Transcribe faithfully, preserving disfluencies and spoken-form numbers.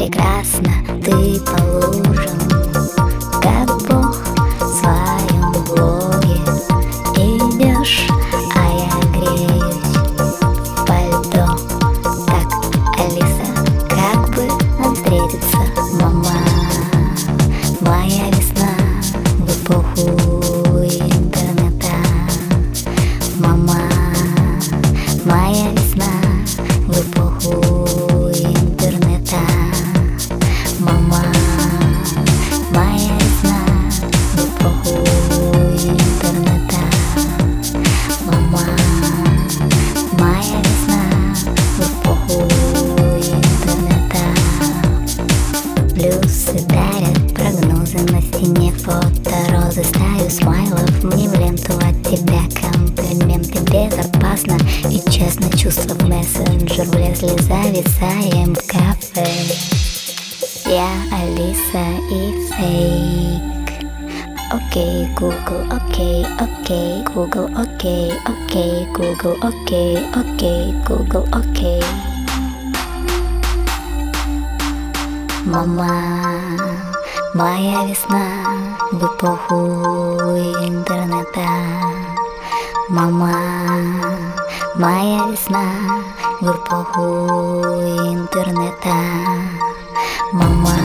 прекрасна ты по лужам, как Бог в своем блоге. Идешь, а я греюсь в пальто, как Алиса. Как бы нам встретиться, мама? Моя весна в эпоху интернета. Мама, моя весна в эпоху интернета. Мама, моя весна в эпоху интернета. Мама, моя весна в эпоху интернета. Плюсы дарят прогнозы на стене, фото розы, стаю смайлов мне в ленту от тебя. Комплименты безопасно и честно, чувства в мессенджер влезли, зависаем в кафе. Я Алиса и фейк. Окей, Google, окей, окей, Google, окей, окей, Google, окей, окей, Google, окей. Мама, моя весна в эпоху интернета. Мама, моя весна в эпоху интернета. Мама,